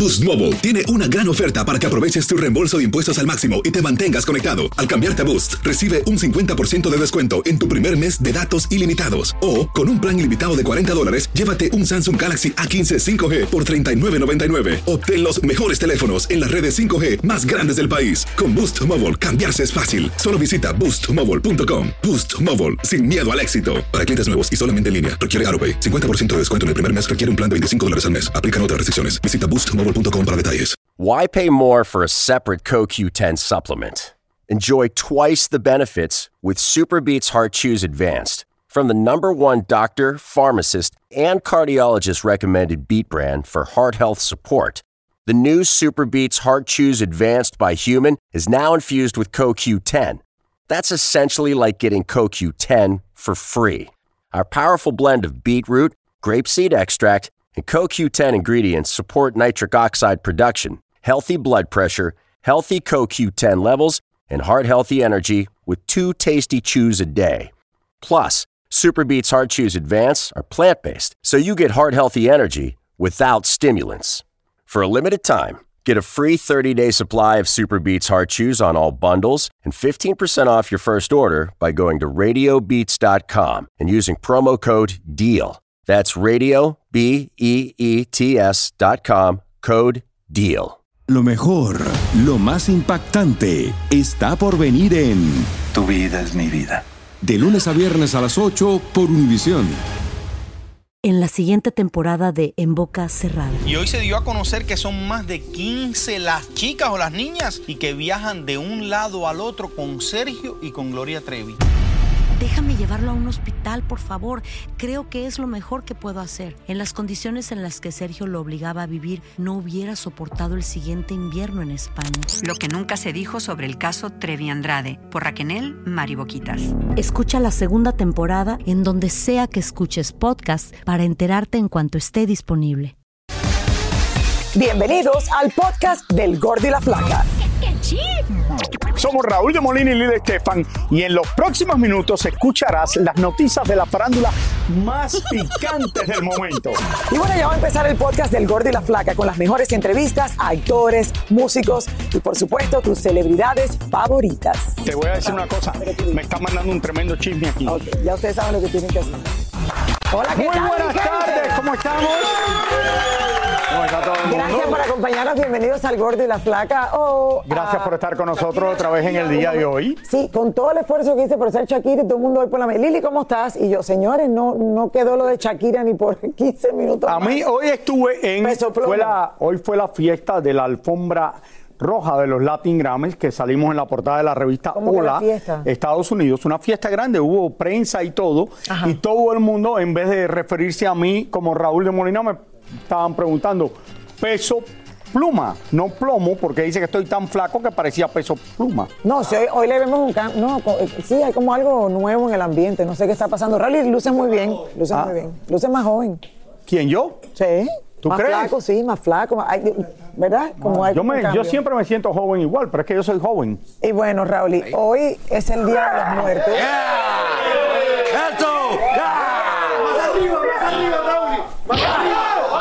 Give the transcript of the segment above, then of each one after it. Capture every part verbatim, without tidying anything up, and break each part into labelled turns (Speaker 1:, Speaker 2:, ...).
Speaker 1: Boost Mobile tiene una gran oferta para que aproveches tu reembolso de impuestos al máximo y te mantengas conectado. Al cambiarte a Boost, recibe un cincuenta por ciento de descuento en tu primer mes de datos ilimitados. O, con un plan ilimitado de cuarenta dólares, llévate un Samsung Galaxy A quince cinco G por treinta y nueve noventa y nueve. Obtén los mejores teléfonos en las redes cinco G más grandes del país. Con Boost Mobile, cambiarse es fácil. Solo visita boost mobile punto com. Boost Mobile, sin miedo al éxito. Para clientes nuevos y solamente en línea, requiere AutoPay. cincuenta por ciento de descuento en el primer mes requiere un plan de veinticinco dólares al mes. Aplican otras restricciones. Visita boost mobile punto com para detalles.
Speaker 2: Why pay more for a separate C O Q ten supplement? Enjoy twice the benefits with SuperBeets Heart Chews Advanced. From the number one doctor, pharmacist, and cardiologist recommended Beet brand for heart health support, the new SuperBeets Heart Chews Advanced by Human is now infused with C O Q ten. That's essentially like getting C O Q ten for free. Our powerful blend of beetroot, grapeseed extract, and C O Q ten ingredients support nitric oxide production, healthy blood pressure, healthy C O Q ten levels, and heart-healthy energy with two tasty chews a day. Plus, SuperBeets Heart Chews Advance are plant-based, so you get heart-healthy energy without stimulants. For a limited time, get a free thirty-day supply of SuperBeets Heart Chews on all bundles and fifteen percent off your first order by going to radio beets dot com and using promo code DEAL. That's radio, B E E T S dot com, code DEAL.
Speaker 3: Lo mejor, lo más impactante, está por venir en
Speaker 4: Tu vida es mi vida.
Speaker 3: De lunes a viernes a las ocho por Univisión.
Speaker 5: En la siguiente temporada de En Boca Cerrada.
Speaker 6: Y hoy se dio a conocer que son más de quince las chicas o las niñas y que viajan de un lado al otro con Sergio y con Gloria Trevi.
Speaker 5: Déjame llevarlo a un hospital, por favor. Creo que es lo mejor que puedo hacer. En las condiciones en las que Sergio lo obligaba a vivir, no hubiera soportado el siguiente invierno en España.
Speaker 7: Lo que nunca se dijo sobre el caso Trevi Andrade, por Raquel Mariboquitas.
Speaker 5: Escucha la segunda temporada en donde sea que escuches podcast para enterarte en cuanto esté disponible.
Speaker 8: Bienvenidos al podcast del Gordo y la Flaca.
Speaker 9: Somos Raúl de Molina y Lidia Estefan y en los próximos minutos escucharás las noticias de la farándula más picantes del momento.
Speaker 8: Y bueno, ya va a empezar el podcast del Gordo y la Flaca con las mejores entrevistas a actores, músicos y por supuesto tus celebridades favoritas.
Speaker 9: Te voy a decir una cosa, me está mandando un tremendo chisme aquí.
Speaker 8: Okay, ya ustedes saben lo que tienen que hacer. Hola, ¿qué
Speaker 9: Muy
Speaker 8: tal,
Speaker 9: buenas tardes, ¿cómo estamos? ¿Cómo está todo el mundo?
Speaker 8: Gracias por acompañarnos, bienvenidos al Gordo y la Flaca. Oh,
Speaker 9: Gracias
Speaker 8: uh,
Speaker 9: por estar con nosotros otra vez en el día de hoy.
Speaker 8: Sí, con todo el esfuerzo que hice por ser Shakira y todo el mundo hoy por la mesa. Lili, ¿cómo estás? Y yo, señores, no, no quedó lo de Shakira ni por quince minutos
Speaker 9: A
Speaker 8: más.
Speaker 9: mí hoy estuve en... Fue la, hoy fue la fiesta de la alfombra roja de los Latin Grammys, que salimos en la portada de la revista Hola, Estados Unidos. Una fiesta grande, hubo prensa y todo. Ajá. Y todo el mundo, en vez de referirse a mí como Raúl de Molina, me estaban preguntando, peso pluma, no plomo, porque dice que estoy tan flaco que parecía peso pluma.
Speaker 8: No, si hoy, hoy le vemos un cambio, no, sí, hay como algo nuevo en el ambiente, no sé qué está pasando. Raúl, luce muy bien, luce ah. muy bien, luce más joven.
Speaker 9: ¿Quién, yo?
Speaker 8: Sí.
Speaker 9: ¿Tú
Speaker 8: más
Speaker 9: crees?
Speaker 8: Más flaco, sí, más flaco, más, ¿verdad? Como
Speaker 9: ah,
Speaker 8: hay
Speaker 9: yo, me,
Speaker 8: un
Speaker 9: yo siempre me siento joven igual, pero es que yo soy joven.
Speaker 8: Y bueno, Raúl, hoy es el Día de los Muertos.
Speaker 9: ¡Yeah! ¡Esto! ¡Yeah!
Speaker 10: ¡Más arriba, más arriba, Raúl! ¡Más arriba!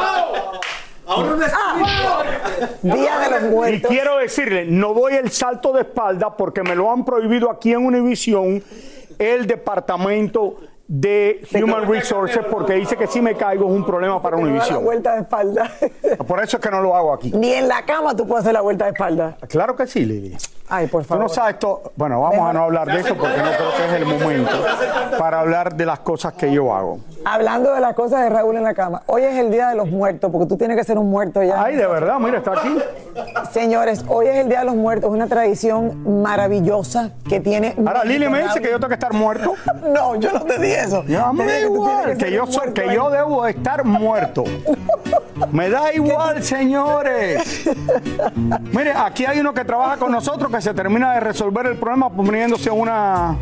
Speaker 10: ¡Ahora no es
Speaker 8: ah, Día de los Muertos.
Speaker 9: Y quiero decirle, no doy el salto de espalda porque me lo han prohibido aquí en Univisión el departamento de Human Resources, porque dice que si me caigo es un problema para Univisión.
Speaker 8: La vuelta de espalda.
Speaker 9: Por eso es que no lo hago aquí.
Speaker 8: Ni en la cama tú puedes hacer la vuelta de espalda.
Speaker 9: Claro que sí, Lili.
Speaker 8: Ay, por favor.
Speaker 9: Tú no sabes esto. Bueno, vamos Mejor. a no hablar de eso porque no creo que es el momento para hablar de las cosas que yo hago.
Speaker 8: Hablando de las cosas de Raúl en la cama, hoy es el Día de los Muertos, porque tú tienes que ser un muerto ya.
Speaker 9: Ay, de verdad, mira, está aquí.
Speaker 8: Señores, hoy es el Día de los Muertos, una tradición maravillosa que tiene...
Speaker 9: Ahora, Lili me dice que yo tengo que estar muerto.
Speaker 8: No, yo no te di eso.
Speaker 9: Ya me da igual, que, que yo, soy, que yo debo estar muerto. Me da igual, señores. Mire, aquí hay uno que trabaja con nosotros que se termina de resolver el problema poniéndose una...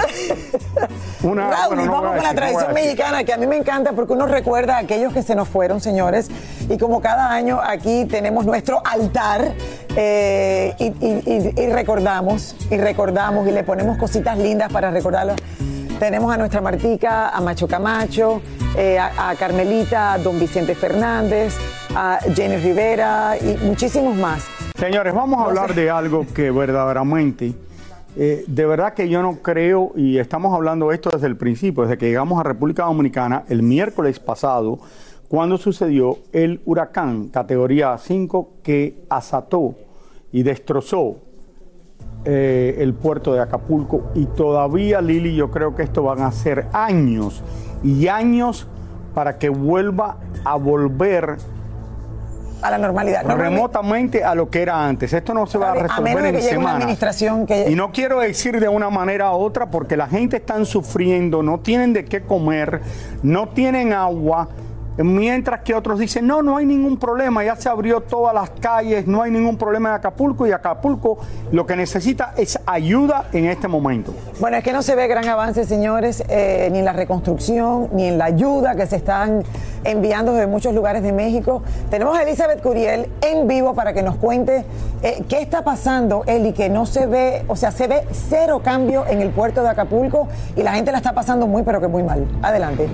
Speaker 9: una
Speaker 8: Raúl,
Speaker 9: bueno, no
Speaker 8: vamos con la tradición mexicana, que a mí me encanta porque uno recuerda a aquellos que se nos fueron, señores. Y como cada año aquí tenemos nuestro altar eh, y, y, y, y recordamos, y recordamos y le ponemos cositas lindas para recordarlo. Tenemos a nuestra Martica, a Macho Camacho, eh, a, a Carmelita, a don Vicente Fernández, a Jenny Rivera y muchísimos más.
Speaker 9: Señores, vamos a hablar de algo que verdaderamente, eh, de verdad que yo no creo, y estamos hablando de esto desde el principio, desde que llegamos a República Dominicana el miércoles pasado, cuando sucedió el huracán categoría cinco que azotó y destrozó eh, el puerto de Acapulco. Y todavía, Lili, yo creo que esto van a ser años y años para que vuelva a volver
Speaker 8: a la normalidad. No,
Speaker 9: remotamente a lo que era antes. Esto no se va a resolver en semanas. Que... Y no quiero decir de una manera u otra porque la gente está sufriendo, no tienen de qué comer, no tienen agua. Mientras que otros dicen, no, no hay ningún problema, ya se abrió todas las calles, no hay ningún problema en Acapulco, y Acapulco lo que necesita es ayuda en este momento.
Speaker 8: Bueno, es que no se ve gran avance, señores, eh, ni en la reconstrucción, ni en la ayuda que se están enviando desde muchos lugares de México. Tenemos a Elizabeth Curiel en vivo para que nos cuente eh, qué está pasando, Eli, que no se ve, o sea, se ve cero cambio en el puerto de Acapulco y la gente la está pasando muy, pero que muy mal. Adelante.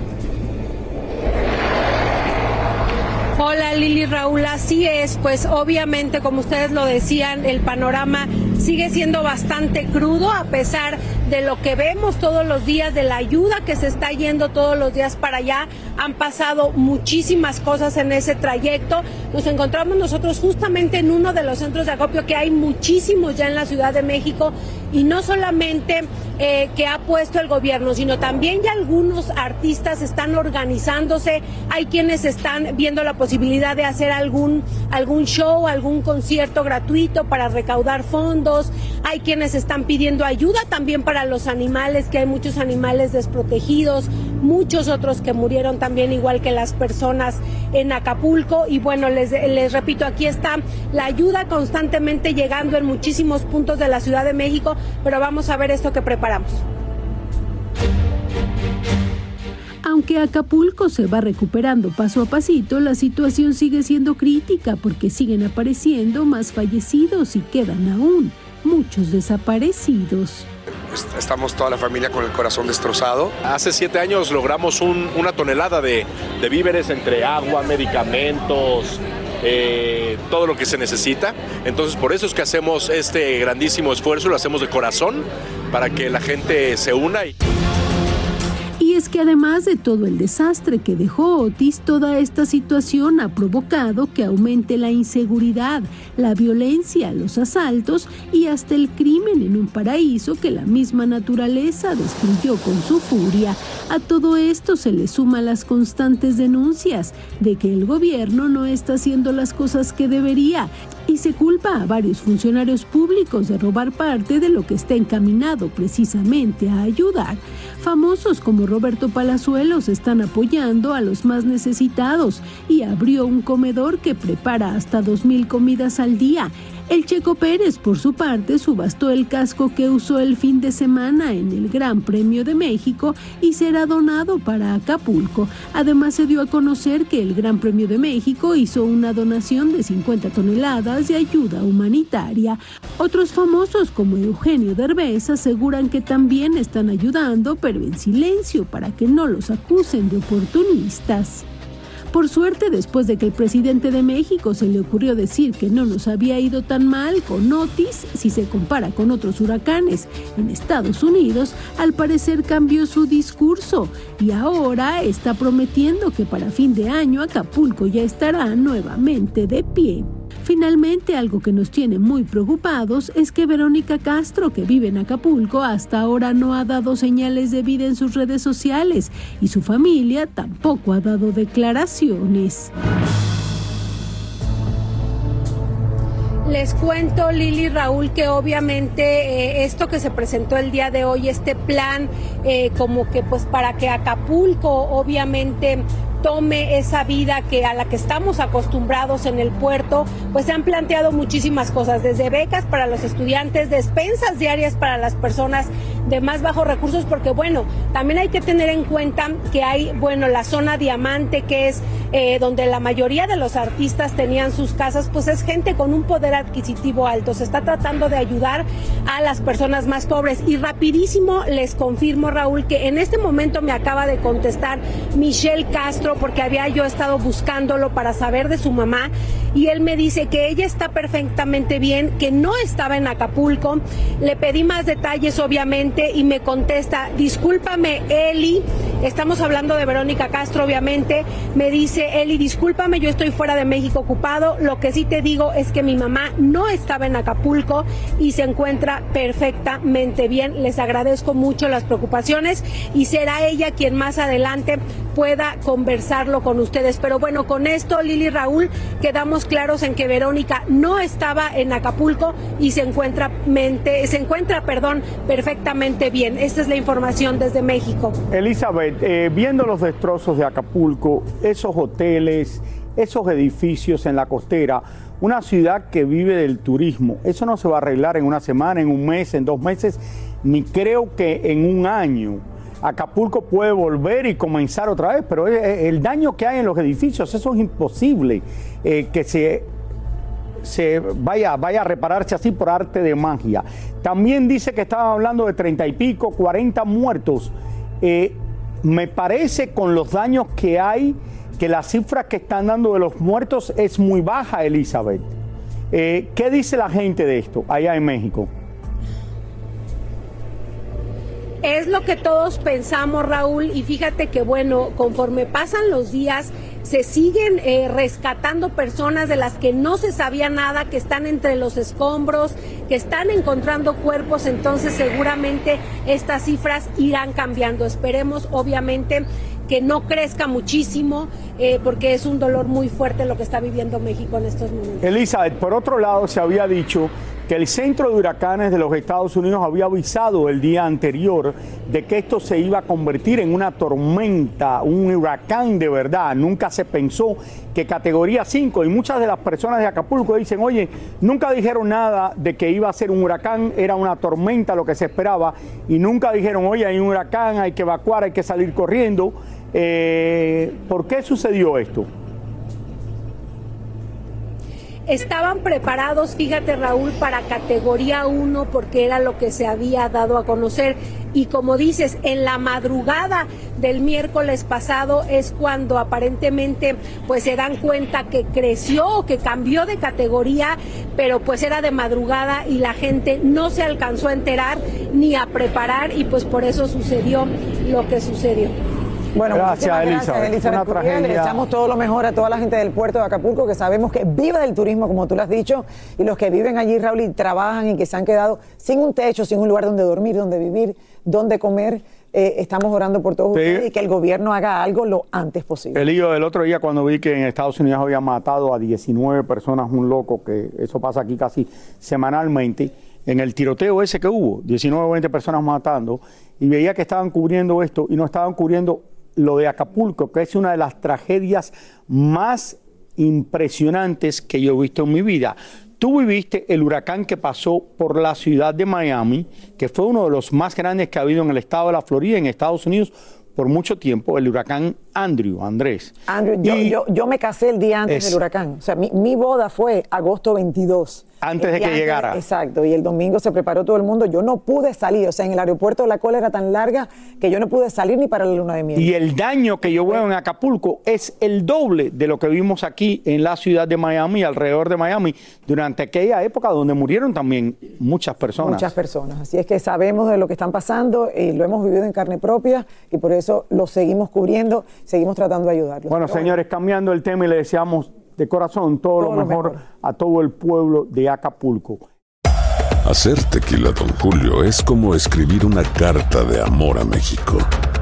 Speaker 4: Hola Lili, Raúl, así es, pues obviamente como ustedes lo decían, el panorama sigue siendo bastante crudo a pesar de lo que vemos todos los días, de la ayuda que se está yendo todos los días para allá. Han pasado muchísimas cosas en ese trayecto. Nos encontramos nosotros justamente en uno de los centros de acopio, que hay muchísimos ya en la Ciudad de México, y no solamente eh, que ha puesto el gobierno, sino también ya algunos artistas están organizándose. Hay quienes están viendo la posibilidad de hacer algún, algún show, algún concierto gratuito para recaudar fondos. Hay quienes están pidiendo ayuda también para los animales, que hay muchos animales desprotegidos, muchos otros que murieron también igual que las personas en Acapulco. Y bueno, les, les repito, aquí está la ayuda constantemente llegando en muchísimos puntos de la Ciudad de México, pero vamos a ver esto que preparamos.
Speaker 11: Aunque Acapulco se va recuperando paso a pasito, la situación sigue siendo crítica porque siguen apareciendo más fallecidos y quedan aún muchos desaparecidos.
Speaker 12: Estamos toda la familia con el corazón destrozado. Hace siete años logramos un, una tonelada de, de víveres entre agua, medicamentos, eh, todo lo que se necesita. Entonces por eso es que hacemos este grandísimo esfuerzo, lo hacemos de corazón para que la gente se una. Y...
Speaker 11: Y es que además de todo el desastre que dejó Otis, toda esta situación ha provocado que aumente la inseguridad, la violencia, los asaltos y hasta el crimen en un paraíso que la misma naturaleza destruyó con su furia. A todo esto se le suman las constantes denuncias de que el gobierno no está haciendo las cosas que debería, y se culpa a varios funcionarios públicos de robar parte de lo que está encaminado precisamente a ayudar. Famosos como Roberto Palazuelos están apoyando a los más necesitados y abrió un comedor que prepara hasta dos mil comidas al día. El Checo Pérez, por su parte, subastó el casco que usó el fin de semana en el Gran Premio de México y será donado para Acapulco. Además, se dio a conocer que el Gran Premio de México hizo una donación de cincuenta toneladas de ayuda humanitaria. Otros famosos como Eugenio Derbez aseguran que también están ayudando, pero en silencio para que no los acusen de oportunistas. Por suerte, después de que el presidente de México se le ocurrió decir que no nos había ido tan mal con Otis si se compara con otros huracanes en Estados Unidos, al parecer cambió su discurso y ahora está prometiendo que para fin de año Acapulco ya estará nuevamente de pie. Finalmente, algo que nos tiene muy preocupados es que Verónica Castro, que vive en Acapulco, hasta ahora no ha dado señales de vida en sus redes sociales y su familia tampoco ha dado declaraciones.
Speaker 4: Les cuento, Lili, Raúl, que obviamente eh, esto que se presentó el día de hoy, este plan eh, como que pues para que Acapulco obviamente tome esa vida que a la que estamos acostumbrados en el puerto, pues se han planteado muchísimas cosas, desde becas para los estudiantes, despensas diarias para las personas de más bajos recursos, porque bueno, también hay que tener en cuenta que hay, bueno, la zona diamante, que es eh, donde la mayoría de los artistas tenían sus casas, pues es gente con un poder adquisitivo alto. Se está tratando de ayudar a las personas más pobres. Y rapidísimo les confirmo, Raúl, que en este momento me acaba de contestar Michelle Castro, porque había yo estado buscándolo para saber de su mamá, y él me dice que ella está perfectamente bien, que no estaba en Acapulco. Le pedí más detalles, obviamente, y me contesta: discúlpame, Eli, estamos hablando de Verónica Castro, obviamente. Me dice: Eli, discúlpame, yo estoy fuera de México ocupado, lo que sí te digo es que mi mamá no estaba en Acapulco y se encuentra perfectamente bien. Les agradezco mucho las preocupaciones y será ella quien más adelante pueda conversarlo con ustedes. Pero bueno, con esto, Lili, Raúl, quedamos claros en que Verónica no estaba en Acapulco y se encuentra, mente, se encuentra perdón, perfectamente bien. Esta es la información desde México.
Speaker 9: Elizabeth, eh, viendo los destrozos de Acapulco, esos hoteles, esos edificios en la costera, una ciudad que vive del turismo, eso no se va a arreglar en una semana, en un mes, en dos meses, ni creo que en un año. Acapulco puede volver y comenzar otra vez, pero el daño que hay en los edificios, eso es imposible eh, que se, se vaya, vaya a repararse así por arte de magia. También dice que estaban hablando de treinta y pico, cuarenta muertos. Eh, me parece, con los daños que hay, que la cifra que están dando de los muertos es muy baja, Elizabeth. Eh, ¿Qué dice la gente de esto allá en México?
Speaker 4: Es lo que todos pensamos, Raúl, y fíjate que bueno, conforme pasan los días, se siguen eh, rescatando personas de las que no se sabía nada, que están entre los escombros, que están encontrando cuerpos, entonces seguramente estas cifras irán cambiando. Esperemos, obviamente, que no crezca muchísimo, eh, porque es un dolor muy fuerte lo que está viviendo México en estos momentos.
Speaker 9: Elizabeth, por otro lado, se había dicho que el Centro de Huracanes de los Estados Unidos había avisado el día anterior de que esto se iba a convertir en una tormenta, un huracán de verdad. Nunca se pensó que categoría cinco, y muchas de las personas de Acapulco dicen: oye, nunca dijeron nada de que iba a ser un huracán, era una tormenta lo que se esperaba, y nunca dijeron: oye, hay un huracán, hay que evacuar, hay que salir corriendo. Eh, ¿Por qué sucedió esto?
Speaker 4: Estaban preparados, fíjate, Raúl, para categoría uno, porque era lo que se había dado a conocer. Y como dices, en la madrugada del miércoles pasado es cuando aparentemente pues se dan cuenta que creció, que cambió de categoría, pero pues era de madrugada y la gente no se alcanzó a enterar ni a preparar, y pues por eso sucedió lo que sucedió.
Speaker 8: Bueno,
Speaker 9: gracias,
Speaker 8: gracias,
Speaker 9: Elizabeth.
Speaker 8: Elizabeth
Speaker 9: Una
Speaker 8: Gurriel.
Speaker 9: tragedia.
Speaker 8: Le deseamos todo lo mejor a toda la gente del puerto de Acapulco, que sabemos que vive del turismo, como tú lo has dicho, y los que viven allí, Raúl, y trabajan y que se han quedado sin un techo, sin un lugar donde dormir, donde vivir, donde comer. Eh, estamos orando por todos sí. ustedes y que el gobierno haga algo lo antes posible.
Speaker 9: El lío del otro día, cuando vi que en Estados Unidos había matado a diecinueve personas, un loco, que eso pasa aquí casi semanalmente, en el tiroteo ese que hubo, diecinueve o veinte personas matando, y veía que estaban cubriendo esto y no estaban cubriendo lo de Acapulco, que es una de las tragedias más impresionantes que yo he visto en mi vida. Tú viviste el huracán que pasó por la ciudad de Miami, que fue uno de los más grandes que ha habido en el estado de la Florida, en Estados Unidos, por mucho tiempo, el huracán Andrew, Andrés.
Speaker 8: Andrew, yo, yo, yo me casé el día antes es, del huracán. O sea, mi, mi boda fue agosto veintidós.
Speaker 9: Antes de que
Speaker 8: antes,
Speaker 9: llegara.
Speaker 8: Exacto, y el domingo se preparó todo el mundo. Yo no pude salir, o sea, en el aeropuerto la cola era tan larga que yo no pude salir ni para la luna de miel.
Speaker 9: Y el daño que yo veo en Acapulco es el doble de lo que vimos aquí en la ciudad de Miami, alrededor de Miami, durante aquella época donde murieron también muchas personas.
Speaker 8: Muchas personas, así es que sabemos de lo que están pasando y lo hemos vivido en carne propia, y por eso lo seguimos cubriendo, seguimos tratando de ayudarlos.
Speaker 9: Bueno, Pero señores, bueno. cambiando el tema, y le deseamos de corazón todo, todo lo, mejor lo mejor a todo el pueblo de Acapulco.
Speaker 13: Hacer tequila Don Julio es como escribir una carta de amor a México.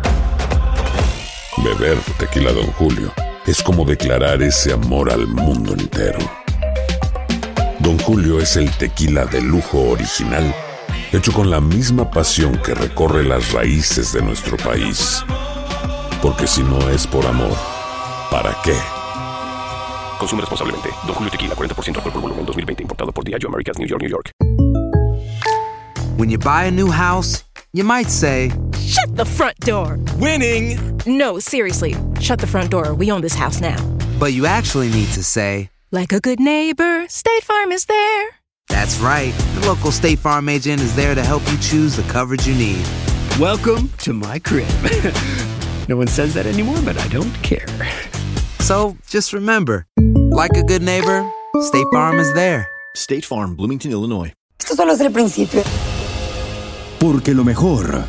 Speaker 13: Beber tequila Don Julio es como declarar ese amor al mundo entero. Don Julio es el tequila de lujo original, hecho con la misma pasión que recorre las raíces de nuestro país. Porque si no es por amor, ¿para qué?
Speaker 14: Consume responsablemente. Don Julio Tequila, cuarenta por ciento alcohol por volumen, dos mil veinte, importado por Diageo Americas, New York, New York.
Speaker 15: When you buy a new house, you might say,
Speaker 16: "Shut the front door."
Speaker 15: Winning!
Speaker 16: No, seriously. Shut the front door. We own this house now.
Speaker 15: But you actually need to say,
Speaker 16: like a good neighbor, State Farm is there.
Speaker 15: That's right. The local State Farm agent is there to help you choose the coverage you need.
Speaker 17: Welcome to my crib. No one says that anymore, but I don't care.
Speaker 15: So, just remember, like a good neighbor, State Farm is there.
Speaker 18: State Farm, Bloomington, Illinois.
Speaker 8: Esto solo es el principio.
Speaker 3: Porque lo mejor,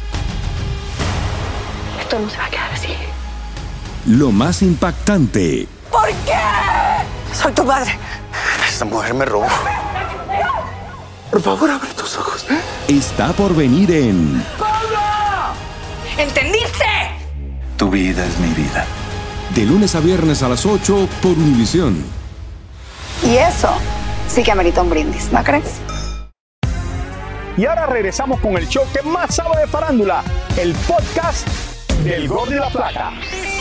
Speaker 16: Esto no se va a quedar así.
Speaker 3: lo más impactante,
Speaker 8: ¿Por qué? Soy tu madre.
Speaker 6: Esta mujer me robó. Por favor, abre tus ojos.
Speaker 3: está por venir en
Speaker 16: ¡Pablo! ¿Entendiste?
Speaker 6: Tu vida es mi vida.
Speaker 3: de lunes a viernes a las ocho por Univisión.
Speaker 19: Y eso sí que amerita un brindis, ¿no crees?
Speaker 9: Y ahora regresamos con el show que más sabe de farándula, el podcast del Gordo y la Flaca.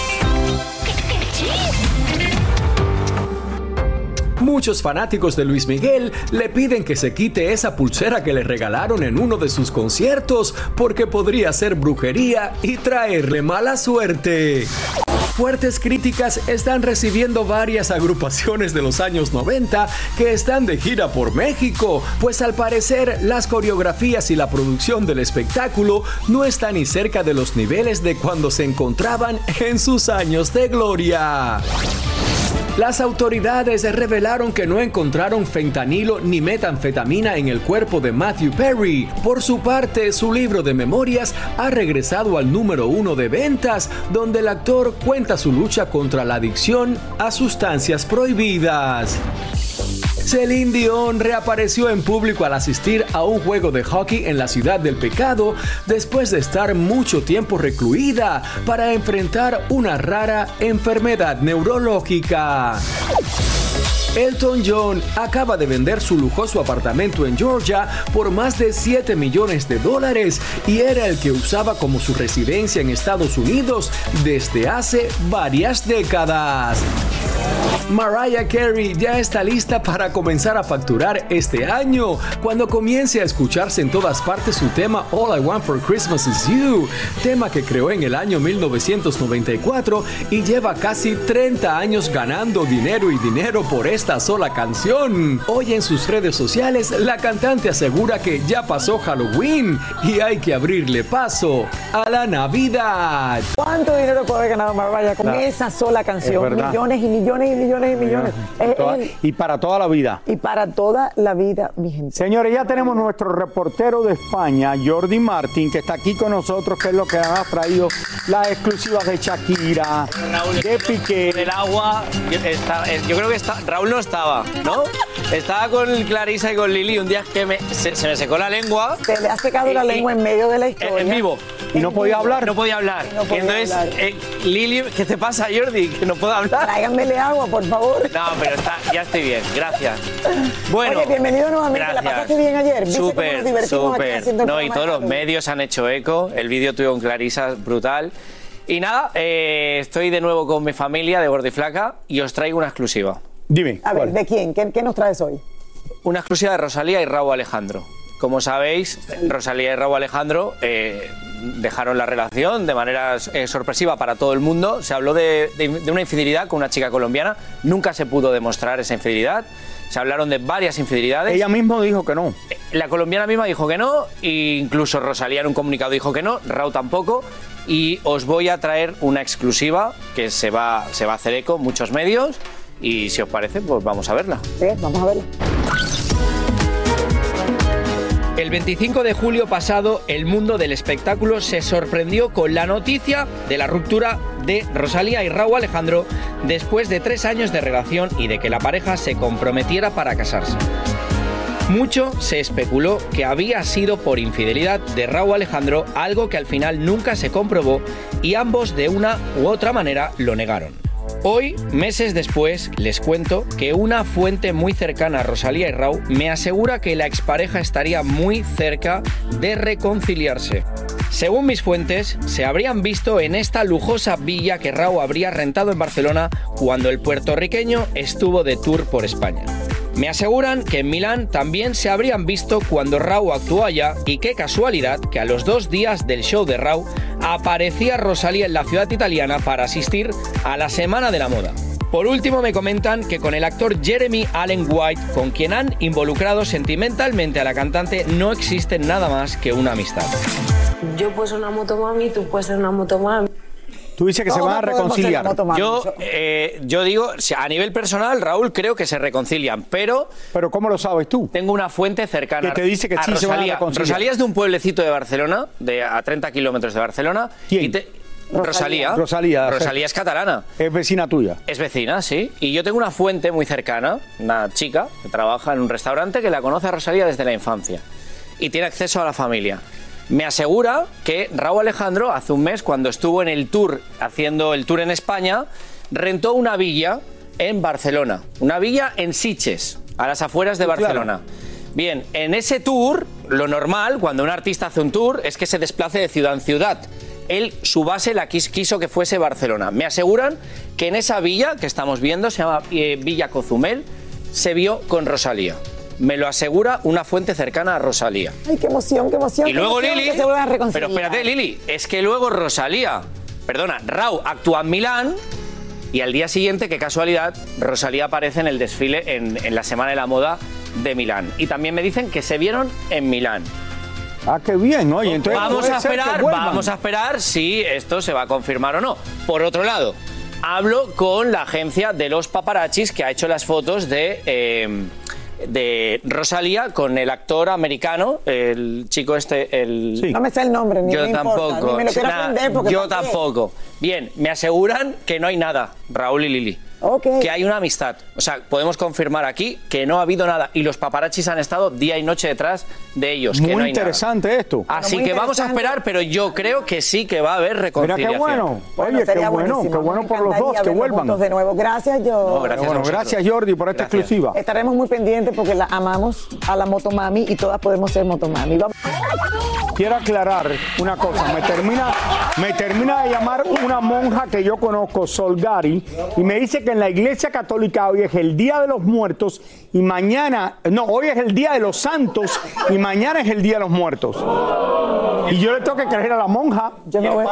Speaker 20: Muchos fanáticos de Luis Miguel le piden que se quite esa pulsera que le regalaron en uno de sus conciertos porque podría ser brujería y traerle mala suerte. Fuertes críticas están recibiendo varias agrupaciones de los años noventa que están de gira por México, pues al parecer las coreografías y la producción del espectáculo no están ni cerca de los niveles de cuando se encontraban en sus años de gloria. Las autoridades revelaron que no encontraron fentanilo ni metanfetamina en el cuerpo de Matthew Perry. Por su parte, su libro de memorias ha regresado al número uno de ventas, donde el actor cuenta su lucha contra la adicción a sustancias prohibidas. Celine Dion reapareció en público al asistir a un juego de hockey en la Ciudad del Pecado después de estar mucho tiempo recluida para enfrentar una rara enfermedad neurológica. Elton John acaba de vender su lujoso apartamento en Georgia por más de siete millones de dólares y era el que usaba como su residencia en Estados Unidos desde hace varias décadas. Mariah Carey ya está lista para comenzar a facturar este año cuando comience a escucharse en todas partes su tema All I Want for Christmas Is You, tema que creó en el año mil novecientos noventa y cuatro y lleva casi treinta años ganando dinero y dinero por esta sola canción. Hoy en sus redes sociales la cantante asegura que ya pasó Halloween y hay que abrirle paso a la Navidad.
Speaker 8: ¿Cuánto dinero puede haber ganado Mariah con no. esa sola canción? Millones y millones y millones y millones.
Speaker 9: Y, toda, y para toda la vida.
Speaker 8: Y para toda la vida, mi gente.
Speaker 9: Señores, ya tenemos nuestro reportero de España, Jordi Martín, que está aquí con nosotros, que es lo que nos ha traído las exclusivas de Shakira, Raúl, de Piqué.
Speaker 21: El agua, está, yo creo que está, Raúl no estaba, ¿no? Estaba con Clarisa y con Lili un día que me, se, se me secó la lengua.
Speaker 8: Se le ha secado y, la lengua y, en medio de la historia.
Speaker 21: En vivo.
Speaker 9: ¿Y no podía hablar?
Speaker 21: No podía hablar. No podía Entonces, hablar. Eh, Lili, ¿qué te pasa, Jordi? Que no puedo hablar.
Speaker 8: Tráiganmele agua, por favor.
Speaker 21: No, pero está, ya estoy bien, gracias. Bueno,
Speaker 8: oye, bienvenido nuevamente.
Speaker 21: Gracias.
Speaker 8: ¿La pasaste bien ayer?
Speaker 21: Súper, súper. No, y todos los medios han hecho eco. El vídeo tuyo con Clarisa, brutal. Y nada, eh, estoy de nuevo con mi familia de Gordo y Flaca y os traigo una exclusiva.
Speaker 9: Dime.
Speaker 8: A ver, ¿de quién? ¿Qué, qué nos traes hoy?
Speaker 21: Una exclusiva de Rosalía y Rauw Alejandro. Como sabéis, Rosalía y Rauw Alejandro eh, dejaron la relación de manera eh, sorpresiva para todo el mundo. Se habló de, de, de una infidelidad con una chica colombiana. Nunca se pudo demostrar esa infidelidad. Se hablaron de varias infidelidades.
Speaker 9: Ella misma dijo que no.
Speaker 21: La colombiana misma dijo que no. E incluso Rosalía en un comunicado dijo que no. Rauw tampoco. Y os voy a traer una exclusiva que se va, se va a hacer eco en muchos medios. Y si os parece, pues vamos a verla.
Speaker 8: Sí, vamos a verla.
Speaker 21: El veinticinco de julio pasado, el mundo del espectáculo se sorprendió con la noticia de la ruptura de Rosalía y Rauw Alejandro después de tres años de relación y de que la pareja se comprometiera para casarse. Mucho se especuló que había sido por infidelidad de Rauw Alejandro, algo que al final nunca se comprobó y ambos de una u otra manera lo negaron. Hoy, meses después, les cuento que una fuente muy cercana a Rosalía y Rauw me asegura que la expareja estaría muy cerca de reconciliarse. Según mis fuentes, se habrían visto en esta lujosa villa que Rauw habría rentado en Barcelona cuando el puertorriqueño estuvo de tour por España. Me aseguran que en Milán también se habrían visto cuando Rauw actuó allá y qué casualidad que a los dos días del show de Rauw aparecía Rosalía en la ciudad italiana para asistir a la Semana de la Moda. Por último, me comentan que con el actor Jeremy Allen White, con quien han involucrado sentimentalmente a la cantante, no existe nada más que una amistad.
Speaker 1: Yo puedo ser una motomami, tú puedes ser una motomami.
Speaker 9: Tú dices que no, se van a reconciliar.
Speaker 21: Yo, eh, yo digo, a nivel personal, Raúl, creo que se reconcilian, pero...
Speaker 9: ¿Pero cómo lo sabes tú?
Speaker 21: Tengo una fuente cercana.
Speaker 9: Que te dice que sí se van a reconciliar.
Speaker 21: Rosalía es de un pueblecito de Barcelona, de a treinta kilómetros de Barcelona.
Speaker 9: ¿Quién?
Speaker 21: Y te, Rosalía.
Speaker 9: Rosalía.
Speaker 21: Rosalía es catalana.
Speaker 9: Es vecina tuya.
Speaker 21: Es vecina, sí. Y yo tengo una fuente muy cercana, una chica que trabaja en un restaurante que la conoce a Rosalía desde la infancia y tiene acceso a la familia. Me asegura que Rauw Alejandro, hace un mes, cuando estuvo en el tour, haciendo el tour en España, rentó una villa en Barcelona. Una villa en Sitges, a las afueras de Barcelona. Claro. Bien, en ese tour, lo normal, cuando un artista hace un tour, es que se desplace de ciudad en ciudad. Él, su base la quiso, quiso que fuese Barcelona. Me aseguran que en esa villa que estamos viendo, se llama eh, Villa Cozumel, se vio con Rosalía. Me lo asegura una fuente cercana a Rosalía.
Speaker 8: Ay, qué emoción, qué emoción.
Speaker 21: Y luego
Speaker 8: emoción,
Speaker 21: Lili, pero espérate, Lili, es que luego Rosalía, perdona, Rauw actúa en Milán y al día siguiente, qué casualidad, Rosalía aparece en el desfile en, en la Semana de la Moda de Milán. Y también me dicen que se vieron en Milán.
Speaker 9: Ah, qué bien, oye, entonces
Speaker 21: vamos a esperar, vamos a esperar si esto se va a confirmar o no. Por otro lado, hablo con la agencia de los paparazzis que ha hecho las fotos de, eh, de Rosalía con el actor americano, el chico este, el...
Speaker 8: Sí. No me sé el nombre, ni
Speaker 21: yo
Speaker 8: me
Speaker 21: tampoco,
Speaker 8: importa, ni me lo quiero
Speaker 21: Nah,
Speaker 8: aprender porque
Speaker 21: yo tampoco. Bien, me aseguran que no hay nada, Raúl y Lili.
Speaker 8: Okay.
Speaker 21: Que hay una amistad. O sea, podemos confirmar aquí que no ha habido nada. Y los paparazzis han estado día y noche detrás de ellos.
Speaker 9: Muy
Speaker 21: que no hay
Speaker 9: interesante
Speaker 21: nada.
Speaker 9: esto.
Speaker 21: Así
Speaker 8: muy
Speaker 21: que vamos a esperar, pero yo creo que sí que va a haber reconciliación.
Speaker 9: Mira qué bueno.
Speaker 8: Bueno,
Speaker 9: Oye, qué bueno,
Speaker 8: buenísimo.
Speaker 9: qué bueno por los dos, que vuelvan.
Speaker 8: De nuevo. Gracias, yo.
Speaker 21: No, gracias,
Speaker 9: bueno, gracias, Jordi, por esta
Speaker 21: gracias.
Speaker 9: exclusiva.
Speaker 8: Estaremos muy pendientes porque la amamos a la motomami y todas podemos ser motomami. Vamos.
Speaker 9: Quiero aclarar una cosa. Me termina, me termina de llamar una monja que yo conozco, Solgari, y me dice que en la Iglesia Católica hoy es el Día de los Muertos y mañana, no, hoy es el Día de los Santos y mañana es el Día de los Muertos. Y yo le tengo que creer a la monja.
Speaker 8: Yo no voy.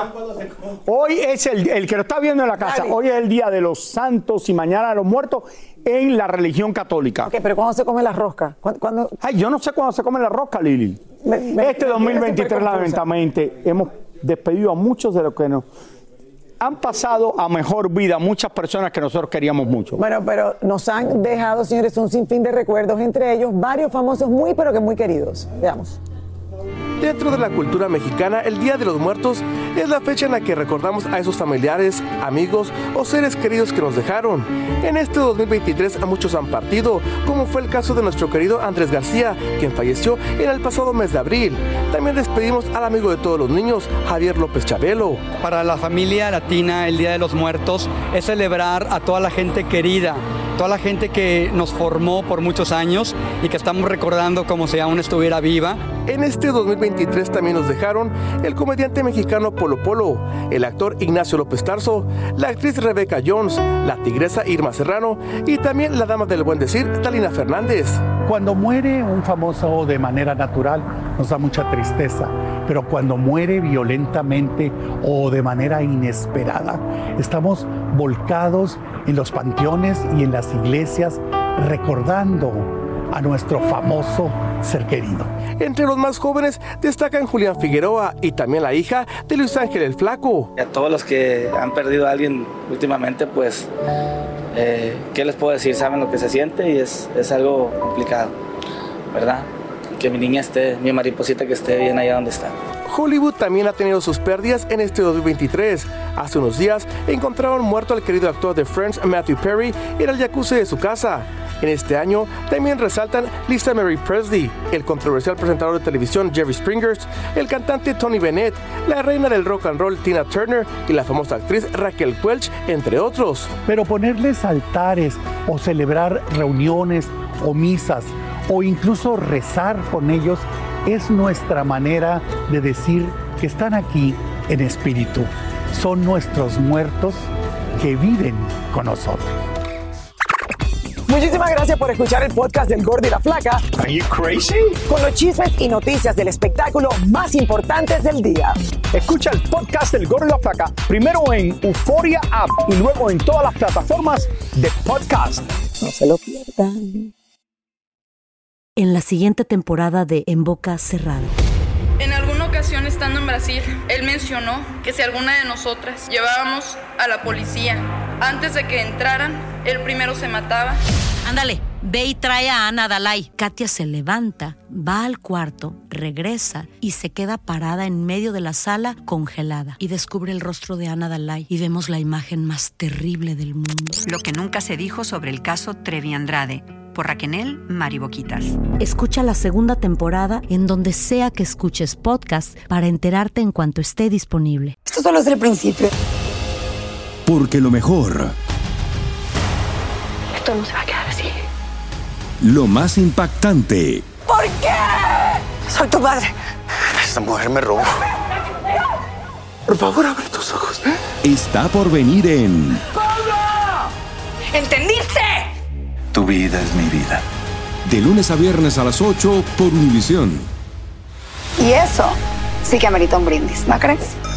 Speaker 9: Hoy es el, el que lo está viendo en la casa, hoy es el Día de los Santos y mañana de los Muertos en la religión católica.
Speaker 8: Ok, pero ¿cuándo se come la rosca? ¿Cuándo, cuándo...
Speaker 9: Ay, yo no sé cuándo se come la rosca, Lili.
Speaker 8: Me, me,
Speaker 9: este dos mil veintitrés, lamentablemente, hemos despedido a muchos de los que nos han pasado a mejor vida, muchas personas que nosotros queríamos mucho.
Speaker 8: Bueno, pero nos han dejado, señores, un sinfín de recuerdos, entre ellos varios famosos muy, pero que muy queridos. Veamos.
Speaker 22: Dentro de la cultura mexicana, el Día de los Muertos es la fecha en la que recordamos a esos familiares, amigos o seres queridos que nos dejaron. En este dos mil veintitrés a muchos han partido, como fue el caso de nuestro querido Andrés García, quien falleció en el pasado mes de abril. También despedimos al amigo de todos los niños, Javier López Chabelo.
Speaker 23: Para la familia latina, el Día de los Muertos es celebrar a toda la gente querida, toda la gente que nos formó por muchos años y que estamos recordando como si aún estuviera viva.
Speaker 22: En este dos mil veintitrés también nos dejaron el comediante mexicano Polo Polo, el actor Ignacio López Tarso, la actriz Rebeca Jones, la tigresa Irma Serrano y también la dama del buen decir, Talina Fernández.
Speaker 24: Cuando muere un famoso de manera natural nos da mucha tristeza, pero cuando muere violentamente o de manera inesperada, estamos volcados en los panteones y en las iglesias recordando a nuestro famoso ser querido.
Speaker 22: Entre los más jóvenes destacan Julián Figueroa y también la hija de Luis Ángel el Flaco.
Speaker 25: A todos los que han perdido a alguien últimamente, pues, eh, ¿qué les puedo decir? Saben lo que se siente y es, es algo complicado, ¿verdad? Que mi niña esté, mi mariposita que esté bien allá donde está.
Speaker 22: Hollywood también ha tenido sus pérdidas en este dos mil veintitrés. Hace unos días encontraron muerto al querido actor de Friends, Matthew Perry, en el jacuzzi de su casa. En este año también resaltan Lisa Marie Presley, el controversial presentador de televisión Jerry Springer, el cantante Tony Bennett, la reina del rock and roll Tina Turner y la famosa actriz Raquel Welch, entre otros.
Speaker 24: Pero ponerles altares o celebrar reuniones o misas o incluso rezar con ellos es nuestra manera de decir que están aquí en espíritu. Son nuestros muertos que viven con nosotros.
Speaker 8: Muy Muchísimas gracias por escuchar el podcast del Gordo y la Flaca.
Speaker 9: Are you crazy?
Speaker 8: Con los chismes y noticias del espectáculo más importantes del día.
Speaker 9: Escucha el podcast del Gordo y la Flaca primero en Euforia App y luego en todas las plataformas de podcast.
Speaker 8: No se lo pierdan.
Speaker 2: En la siguiente temporada de En Boca Cerrada.
Speaker 5: En alguna ocasión estando en Brasil, él mencionó que si alguna de nosotras llevábamos a la policía antes de que entraran, él primero se mataba.
Speaker 2: Ándale, ve y trae a Ana Dalai. Katia se levanta, va al cuarto, regresa y se queda parada en medio de la sala congelada. Y descubre el rostro de Ana Dalai y vemos la imagen más terrible del mundo.
Speaker 7: Lo que nunca se dijo sobre el caso Trevi Andrade, por Raquel Mariboquitas.
Speaker 2: Escucha la segunda temporada en donde sea que escuches podcast para enterarte en cuanto esté disponible.
Speaker 19: Esto solo es el principio.
Speaker 3: Porque lo mejor,
Speaker 1: Esto no se va a quedar así.
Speaker 3: lo más impactante,
Speaker 19: ¿Por qué? Soy tu madre.
Speaker 6: Esta mujer me robó. Por favor, abre tus ojos.
Speaker 3: está por venir en
Speaker 16: ¡Pablo! ¿Entendiste?
Speaker 6: Tu vida es mi vida.
Speaker 3: de lunes a viernes a las ocho por Univisión.
Speaker 19: Y eso sí que amerita un brindis, ¿no crees?